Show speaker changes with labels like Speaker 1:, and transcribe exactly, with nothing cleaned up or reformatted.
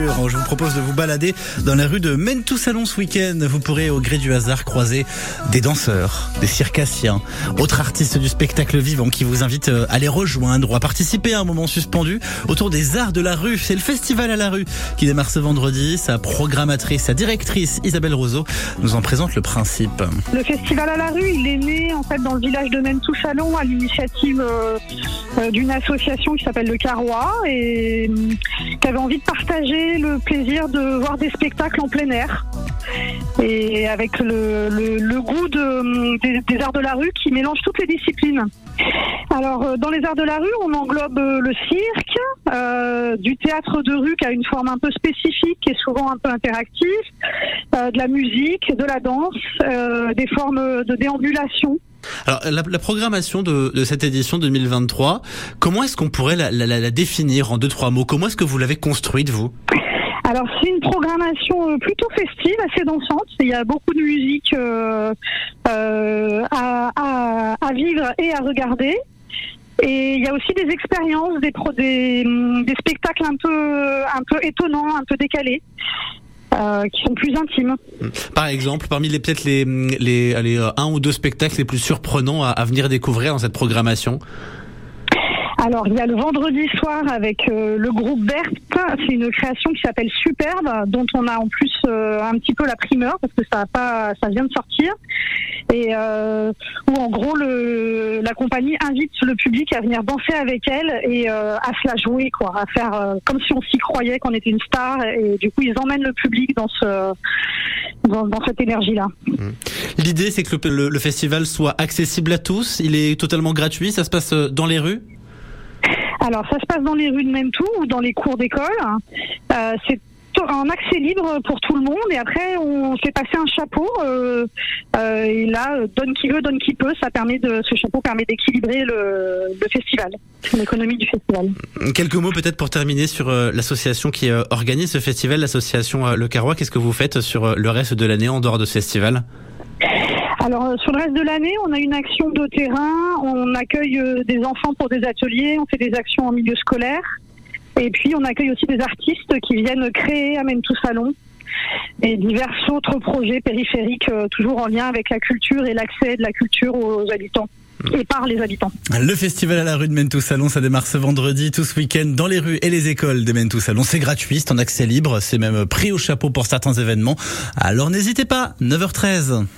Speaker 1: nature. Je vous propose de vous balader dans la rue de Menetou-Salon ce week-end. Vous pourrez au gré du hasard croiser des danseurs, des circassiens, autres artistes du spectacle vivant qui vous invitent à les rejoindre ou à participer à un moment suspendu autour des arts de la rue. C'est le festival à la rue qui démarre ce vendredi. Sa programmatrice, sa directrice Isabelle Roseau nous en présente le principe.
Speaker 2: Le festival à la rue, il est né en fait dans le village de Menetou-Salon à l'initiative euh, euh, d'une association qui s'appelle le Carrois et euh, qui avait envie de partager le plaisir de voir des spectacles en plein air et avec le, le, le goût de, des, des arts de la rue qui mélange toutes les disciplines. Alors euh, dans les arts de la rue, on englobe euh, le cirque, euh, du théâtre de rue qui a une forme un peu spécifique et souvent un peu interactive, euh, de la musique, de la danse, euh, des formes de déambulation.
Speaker 1: Alors la, la programmation de, de cette édition deux mille vingt-trois, comment est-ce qu'on pourrait la, la, la définir en deux trois mots? Comment est-ce que vous l'avez construite, vous?
Speaker 2: Alors c'est une programmation plutôt festive, assez dansante. Il y a beaucoup de musique euh, euh, à, à, à vivre et à regarder. Et il y a aussi des expériences, des, pro, des, des spectacles un peu, un peu étonnants, un peu décalés. Euh, qui sont plus intimes.
Speaker 1: Par exemple, parmi les peut-être les, les, les un ou deux spectacles les plus surprenants à, à venir découvrir dans cette programmation.
Speaker 2: Alors, il y a le vendredi soir avec euh, le groupe Berthe. C'est une création qui s'appelle Superbe, dont on a en plus euh, un petit peu la primeur parce que ça a pas, ça vient de sortir. Et euh, où en gros le, la compagnie invite le public à venir danser avec elle et euh, à se la jouer, quoi, à faire euh, comme si on s'y croyait qu'on était une star. Et du coup, ils emmènent le public dans ce, dans, dans cette énergie-là.
Speaker 1: L'idée, c'est que le, le, le festival soit accessible à tous. Il est totalement gratuit. Ça se passe dans les rues.
Speaker 2: Alors, ça se passe dans les rues de Menetou ou dans les cours d'école. Euh, c'est en accès libre pour tout le monde et après on fait passer un chapeau euh, euh, et là donne qui veut, donne qui peut. Ça permet de, ce chapeau permet d'équilibrer le, le festival, l'économie du festival.
Speaker 1: Quelques mots peut-être pour terminer sur euh, l'association qui euh, organise ce festival, l'association euh, Le Carrois. Qu'est-ce que vous faites sur euh, le reste de l'année en dehors de ce festival?
Speaker 2: Alors sur le reste de l'année, on a une action de terrain, on accueille euh, des enfants pour des ateliers, on fait des actions en milieu scolaire. Et puis, on accueille aussi des artistes qui viennent créer à Menetou-Salon et divers autres projets périphériques, euh, toujours en lien avec la culture et l'accès de la culture aux habitants. Et par les habitants. Le
Speaker 1: festival à la rue de Menetou-Salon, ça démarre ce vendredi, tout ce week-end, dans les rues et les écoles de Menetou-Salon. C'est gratuit, c'est en accès libre, c'est même pris au chapeau pour certains événements. Alors n'hésitez pas, neuf heures treize.